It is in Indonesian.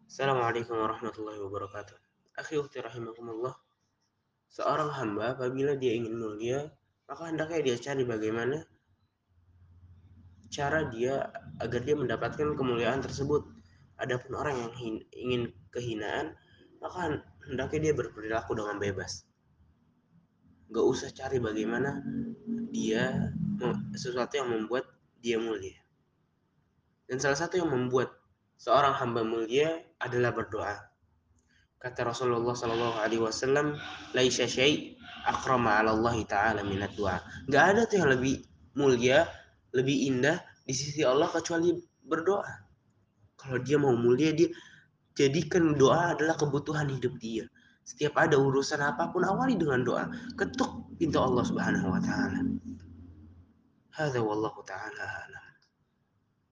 Assalamualaikum warahmatullahi wabarakatuh. Akhi ukhti rahimakumullah. Seorang hamba apabila dia ingin mulia, maka hendaknya dia cari bagaimana cara dia agar dia mendapatkan kemuliaan tersebut. Adapun orang yang ingin kehinaan, maka hendaknya dia berperilaku dengan bebas. Gak usah cari bagaimana dia sesuatu yang membuat dia mulia. Dan salah satu yang membuat seorang hamba mulia adalah berdoa. Kata Rasulullah Shallallahu Alaihi Wasallam, "Laisa syai' akrama 'ala Allah Ta'ala minat doa." Gak ada tuh yang lebih mulia, lebih indah di sisi Allah kecuali berdoa. Kalau dia mau mulia, dia jadikan doa adalah kebutuhan hidup dia. Setiap ada urusan apapun, awali dengan doa. Ketuk pintu Allah Subhanahu Wa Taala. Hadza wallahu taala.